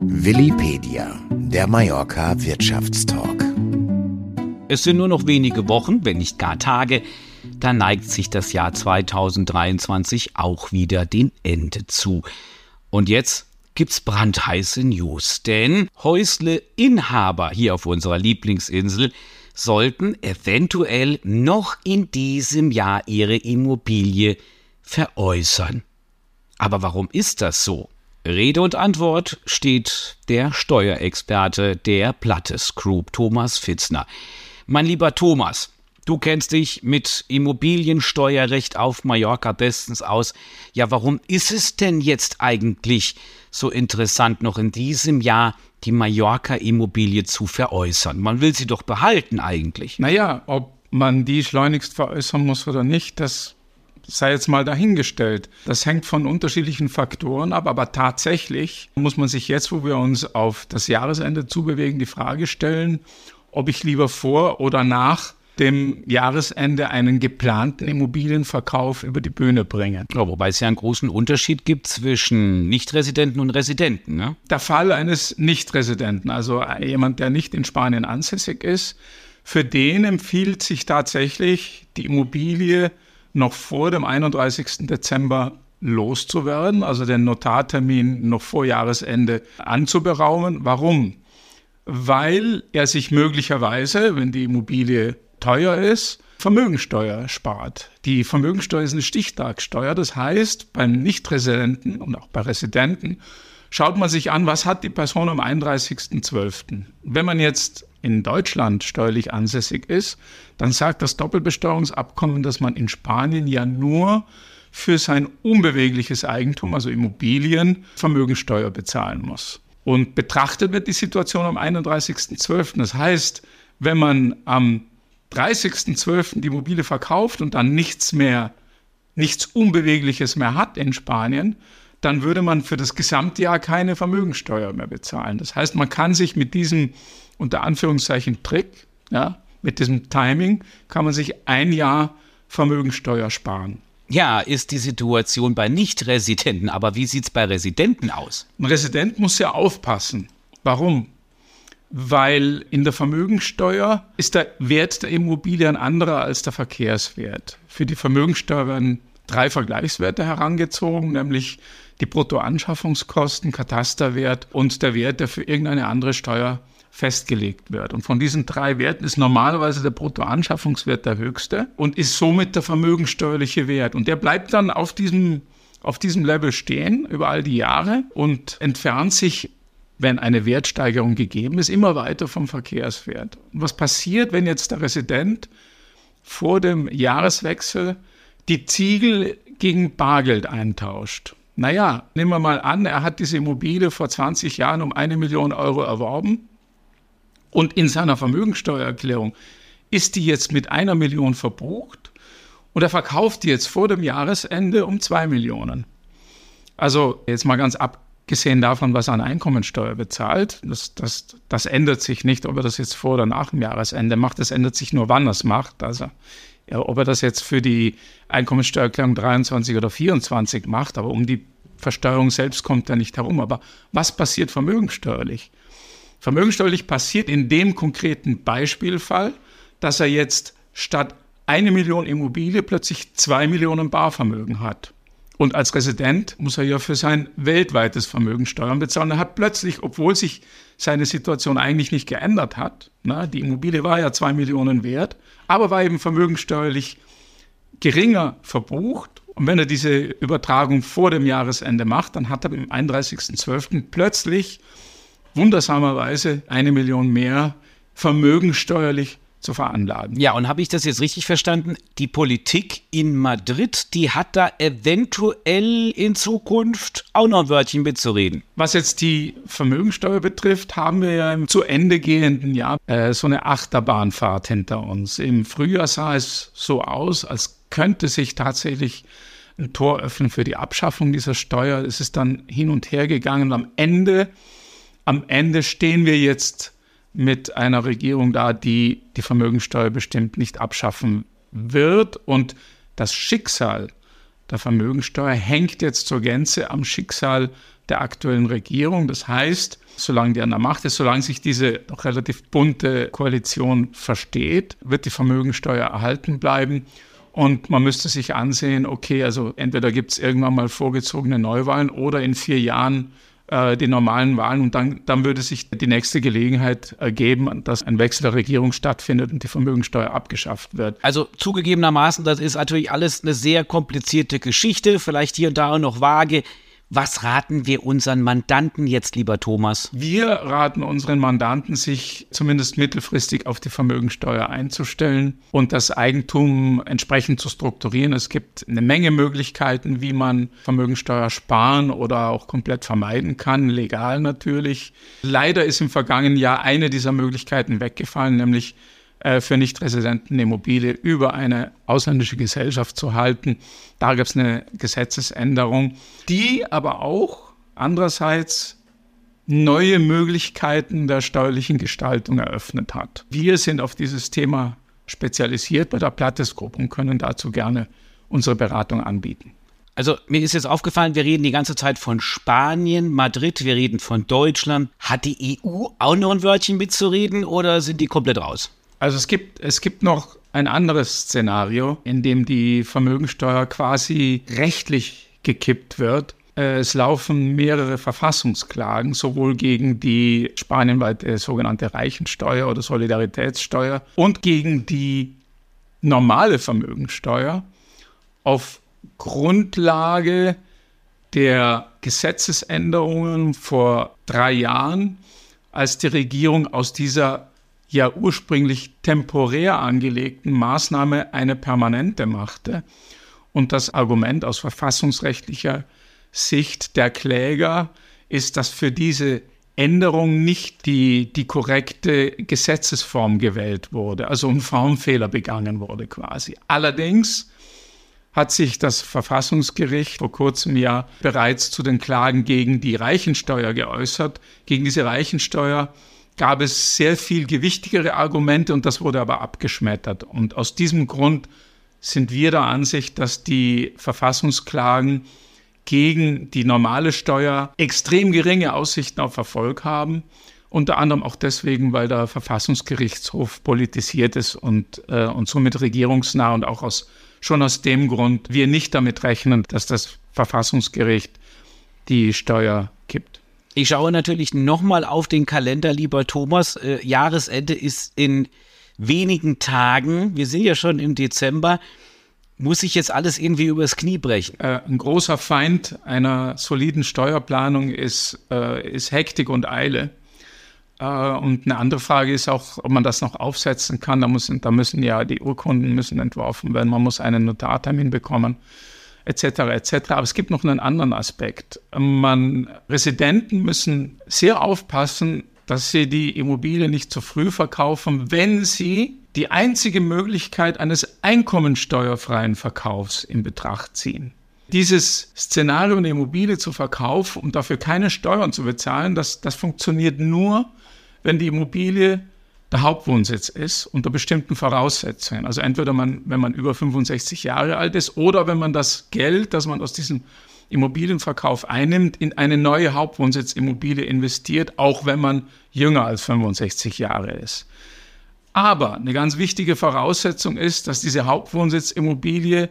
Willipedia, der Mallorca Wirtschaftstalk. Es sind nur noch wenige Wochen, wenn nicht gar Tage, da neigt sich das Jahr 2023 auch wieder dem Ende zu. Und jetzt gibt's brandheiße News, denn Häusle-Inhaber hier auf unserer Lieblingsinsel sollten eventuell noch in diesem Jahr ihre Immobilie veräußern. Aber warum ist das so? Rede und Antwort steht der Steuerexperte der Plattes Group, Thomas Fitzner. Mein lieber Thomas, du kennst dich mit Immobiliensteuerrecht auf Mallorca bestens aus. Ja, warum ist es denn jetzt eigentlich so interessant, noch in diesem Jahr die Mallorca-Immobilie zu veräußern? Man will sie doch behalten eigentlich. Naja, ob man die schleunigst veräußern muss oder nicht, das sei jetzt mal dahingestellt. Das hängt von unterschiedlichen Faktoren ab, aber tatsächlich muss man sich jetzt, wo wir uns auf das Jahresende zubewegen, die Frage stellen, ob ich lieber vor oder nach dem Jahresende einen geplanten Immobilienverkauf über die Bühne bringe. Ja, wobei es ja einen großen Unterschied gibt zwischen Nichtresidenten und Residenten, ne? Der Fall eines Nichtresidenten, also jemand, der nicht in Spanien ansässig ist, für den empfiehlt sich tatsächlich die Immobilie noch vor dem 31. Dezember loszuwerden, also den Notartermin noch vor Jahresende anzuberaumen. Warum? Weil er sich möglicherweise, wenn die Immobilie teuer ist, Vermögensteuer spart. Die Vermögensteuer ist eine Stichtagssteuer, das heißt, beim Nichtresidenten und auch bei Residenten schaut man sich an, was hat die Person am 31.12. Wenn man jetzt in Deutschland steuerlich ansässig ist, dann sagt das Doppelbesteuerungsabkommen, dass man in Spanien ja nur für sein unbewegliches Eigentum, also Immobilien, Vermögensteuer bezahlen muss. Und betrachtet wird die Situation am 31.12. Das heißt, wenn man am 30.12. die Immobilie verkauft und dann nichts Unbewegliches mehr hat in Spanien, dann würde man für das gesamte Jahr keine Vermögensteuer mehr bezahlen. Das heißt, man kann sich mit diesem, unter Anführungszeichen, Trick, ja, mit diesem Timing, kann man sich ein Jahr Vermögensteuer sparen. Ja, ist die Situation bei Nichtresidenten, aber wie sieht's bei Residenten aus? Ein Resident muss ja aufpassen. Warum? Weil in der Vermögensteuer ist der Wert der Immobilie ein anderer als der Verkehrswert. Für die Vermögensteuer werden 3 Vergleichswerte herangezogen, nämlich die Bruttoanschaffungskosten, Katasterwert und der Wert, der für irgendeine andere Steuer festgelegt wird. Und von diesen 3 Werten ist normalerweise der Bruttoanschaffungswert der höchste und ist somit der vermögenssteuerliche Wert. Und der bleibt dann auf diesem Level stehen über all die Jahre und entfernt sich, wenn eine Wertsteigerung gegeben ist, immer weiter vom Verkehrswert. Und was passiert, wenn jetzt der Resident vor dem Jahreswechsel die Ziegel gegen Bargeld eintauscht? Naja, nehmen wir mal an, er hat diese Immobilie vor 20 Jahren um 1 Million Euro erworben und in seiner Vermögensteuererklärung ist die jetzt mit 1 Million verbucht und er verkauft die jetzt vor dem Jahresende um 2 Millionen. Also jetzt mal ganz abgesehen davon, was er an Einkommensteuer bezahlt, das ändert sich nicht, ob er das jetzt vor oder nach dem Jahresende macht, das ändert sich nur, wann er es macht. Also ja, ob er das jetzt für die Einkommensteuererklärung 23 oder 24 macht, aber um die Versteuerung selbst kommt er nicht herum. Aber was passiert vermögensteuerlich? Vermögensteuerlich passiert in dem konkreten Beispielfall, dass er jetzt statt 1 Million Immobilie plötzlich 2 Millionen Barvermögen hat. Und als Resident muss er ja für sein weltweites Vermögen Steuern bezahlen. Er hat plötzlich, obwohl sich seine Situation eigentlich nicht geändert hat, die Immobilie war ja 2 Millionen wert, aber war eben vermögenssteuerlich geringer verbucht. Und wenn er diese Übertragung vor dem Jahresende macht, dann hat er am 31.12. plötzlich wundersamerweise 1 Million mehr vermögenssteuerlich zu veranlagen. Ja, und habe ich das jetzt richtig verstanden? Die Politik in Madrid, die hat da eventuell in Zukunft auch noch ein Wörtchen mitzureden. Was jetzt die Vermögensteuer betrifft, haben wir ja im zu Ende gehenden Jahr so eine Achterbahnfahrt hinter uns. Im Frühjahr sah es so aus, als könnte sich tatsächlich ein Tor öffnen für die Abschaffung dieser Steuer. Es ist dann hin und her gegangen. Am Ende stehen wir jetzt mit einer Regierung da, die die Vermögensteuer bestimmt nicht abschaffen wird. Und das Schicksal der Vermögensteuer hängt jetzt zur Gänze am Schicksal der aktuellen Regierung. Das heißt, solange die an der Macht ist, solange sich diese noch relativ bunte Koalition versteht, wird die Vermögensteuer erhalten bleiben. Und man müsste sich ansehen, okay, also entweder gibt es irgendwann mal vorgezogene Neuwahlen oder in 4 Jahren die normalen Wahlen. Und dann würde sich die nächste Gelegenheit ergeben, dass ein Wechsel der Regierung stattfindet und die Vermögensteuer abgeschafft wird. Also zugegebenermaßen, das ist natürlich alles eine sehr komplizierte Geschichte, vielleicht hier und da auch noch vage. Was raten wir unseren Mandanten jetzt, lieber Thomas? Wir raten unseren Mandanten, sich zumindest mittelfristig auf die Vermögensteuer einzustellen und das Eigentum entsprechend zu strukturieren. Es gibt eine Menge Möglichkeiten, wie man Vermögensteuer sparen oder auch komplett vermeiden kann, legal natürlich. Leider ist im vergangenen Jahr eine dieser Möglichkeiten weggefallen, nämlich für Nichtresidenten eine Immobilie über eine ausländische Gesellschaft zu halten. Da gab es eine Gesetzesänderung, die aber auch andererseits neue Möglichkeiten der steuerlichen Gestaltung eröffnet hat. Wir sind auf dieses Thema spezialisiert bei der Plattes Group und können dazu gerne unsere Beratung anbieten. Also mir ist jetzt aufgefallen, wir reden die ganze Zeit von Spanien, Madrid, wir reden von Deutschland. Hat die EU auch noch ein Wörtchen mitzureden oder sind die komplett raus? Also es gibt noch ein anderes Szenario, in dem die Vermögensteuer quasi rechtlich gekippt wird. Es laufen mehrere Verfassungsklagen, sowohl gegen die spanienweite sogenannte Reichensteuer oder Solidaritätssteuer und gegen die normale Vermögensteuer auf Grundlage der Gesetzesänderungen vor 3 Jahren, als die Regierung aus dieser ja ursprünglich temporär angelegten Maßnahme eine permanente machte. Und das Argument aus verfassungsrechtlicher Sicht der Kläger ist, dass für diese Änderung nicht die korrekte Gesetzesform gewählt wurde, also ein Formfehler begangen wurde quasi. Allerdings hat sich das Verfassungsgericht vor kurzem ja bereits zu den Klagen gegen die Reichensteuer geäußert. Gegen diese Reichensteuer gab es sehr viel gewichtigere Argumente und das wurde aber abgeschmettert. Und aus diesem Grund sind wir der Ansicht, dass die Verfassungsklagen gegen die normale Steuer extrem geringe Aussichten auf Erfolg haben. Unter anderem auch deswegen, weil der Verfassungsgerichtshof politisiert ist und somit regierungsnah und auch schon aus dem Grund wir nicht damit rechnen, dass das Verfassungsgericht die Steuer kippt. Ich schaue natürlich nochmal auf den Kalender, lieber Thomas. Jahresende ist in wenigen Tagen. Wir sind ja schon im Dezember. Muss ich jetzt alles irgendwie übers Knie brechen? Ein großer Feind einer soliden Steuerplanung ist Hektik und Eile. Und eine andere Frage ist auch, ob man das noch aufsetzen kann. Da müssen ja die Urkunden müssen entworfen werden. Man muss einen Notartermin bekommen, etc. etc. Aber es gibt noch einen anderen Aspekt. Residenten müssen sehr aufpassen, dass sie die Immobilie nicht zu früh verkaufen, wenn sie die einzige Möglichkeit eines einkommensteuerfreien Verkaufs in Betracht ziehen. Dieses Szenario, eine Immobilie zu verkaufen und dafür keine Steuern zu bezahlen, das funktioniert nur, wenn die Immobilie der Hauptwohnsitz ist, unter bestimmten Voraussetzungen. Also entweder wenn man über 65 Jahre alt ist oder wenn man das Geld, das man aus diesem Immobilienverkauf einnimmt, in eine neue Hauptwohnsitz-Immobilie investiert, auch wenn man jünger als 65 Jahre ist. Aber eine ganz wichtige Voraussetzung ist, dass diese Hauptwohnsitz-Immobilie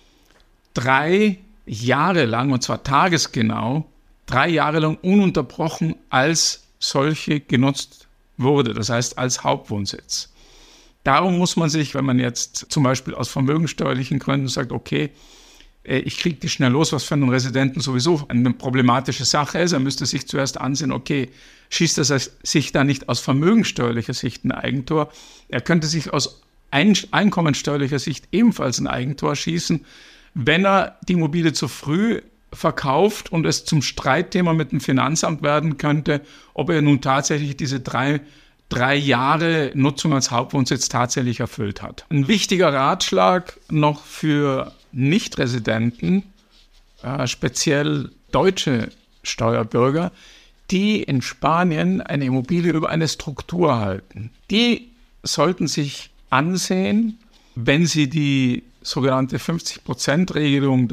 3 Jahre lang, und zwar tagesgenau, 3 Jahre lang ununterbrochen als solche genutzt wurde, das heißt als Hauptwohnsitz. Darum muss man sich, wenn man jetzt zum Beispiel aus vermögenssteuerlichen Gründen sagt, okay, ich kriege die schnell los, was für einen Residenten sowieso eine problematische Sache ist, er müsste sich zuerst ansehen, okay, schießt er sich da nicht aus vermögenssteuerlicher Sicht ein Eigentor? Er könnte sich aus einkommensteuerlicher Sicht ebenfalls ein Eigentor schießen, wenn er die Immobilie zu früh verkauft und es zum Streitthema mit dem Finanzamt werden könnte, ob er nun tatsächlich diese 3 Jahre Nutzung als Hauptwohnsitz tatsächlich erfüllt hat. Ein wichtiger Ratschlag noch für Nichtresidenten, speziell deutsche Steuerbürger, die in Spanien eine Immobilie über eine Struktur halten. Die sollten sich ansehen, wenn sie die sogenannte 50%-Regelung des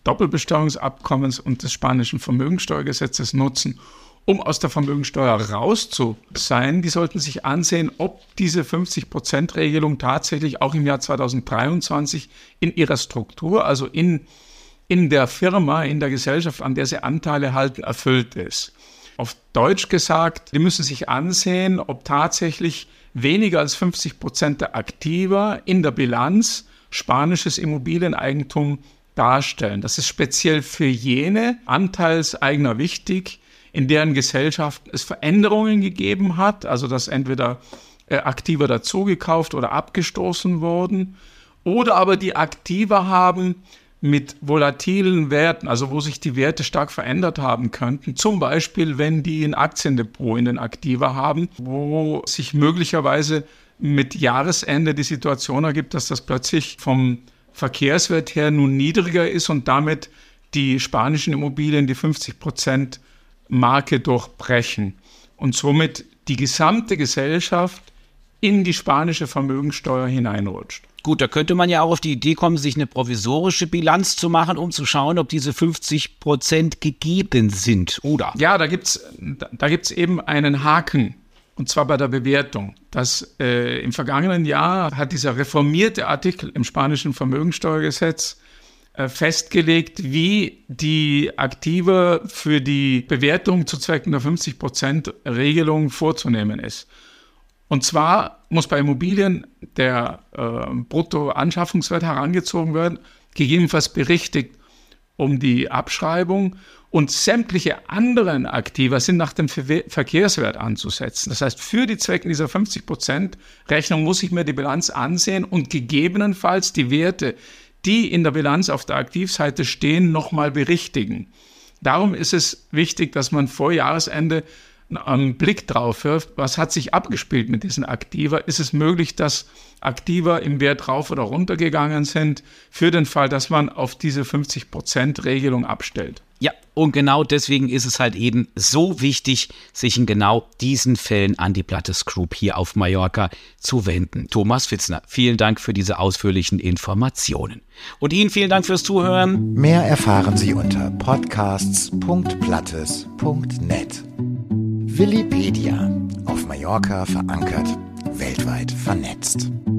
Doppelbesteuerungsabkommens und des spanischen Vermögensteuergesetzes nutzen, um aus der Vermögensteuer raus zu sein, die sollten sich ansehen, ob diese 50%-Regelung tatsächlich auch im Jahr 2023 in ihrer Struktur, also in der Firma, in der Gesellschaft, an der sie Anteile halten, erfüllt ist. Auf Deutsch gesagt, die müssen sich ansehen, ob tatsächlich weniger als 50% der Aktiva in der Bilanz spanisches Immobilieneigentum darstellen. Das ist speziell für jene Anteilseigner wichtig, in deren Gesellschaften es Veränderungen gegeben hat, also dass entweder Aktiva dazugekauft oder abgestoßen wurden, oder aber die Aktiva haben mit volatilen Werten, also wo sich die Werte stark verändert haben könnten, zum Beispiel wenn die ein Aktiendepot in den Aktiva haben, wo sich möglicherweise mit Jahresende die Situation ergibt, dass das plötzlich vom Verkehrswert her nun niedriger ist und damit die spanischen Immobilien die 50%-Marke durchbrechen und somit die gesamte Gesellschaft in die spanische Vermögensteuer hineinrutscht. Gut, da könnte man ja auch auf die Idee kommen, sich eine provisorische Bilanz zu machen, um zu schauen, ob diese 50% gegeben sind, oder? Ja, da gibt's eben einen Haken, und zwar bei der Bewertung. Im vergangenen Jahr hat dieser reformierte Artikel im spanischen Vermögensteuergesetz festgelegt, wie die Aktiva für die Bewertung zu Zwecken der 50%-Regelung vorzunehmen ist. Und zwar muss bei Immobilien der Bruttoanschaffungswert herangezogen werden, gegebenenfalls berichtigt um die Abschreibung, und sämtliche anderen Aktiva sind nach dem Verkehrswert anzusetzen. Das heißt, für die Zwecken dieser 50%-Rechnung muss ich mir die Bilanz ansehen und gegebenenfalls die Werte, die in der Bilanz auf der Aktivseite stehen, nochmal berichtigen. Darum ist es wichtig, dass man vor Jahresende einen Blick drauf wirft, was hat sich abgespielt mit diesen Aktiva. Ist es möglich, dass Aktiva im Wert rauf oder runter gegangen sind, für den Fall, dass man auf diese 50%-Regelung abstellt? Ja, und genau deswegen ist es halt eben so wichtig, sich in genau diesen Fällen an die Blattes Group hier auf Mallorca zu wenden. Thomas Pfitzner, vielen Dank für diese ausführlichen Informationen. Und Ihnen vielen Dank fürs Zuhören. Mehr erfahren Sie unter podcasts.blattes.net. Willipedia. Auf Mallorca verankert, weltweit vernetzt.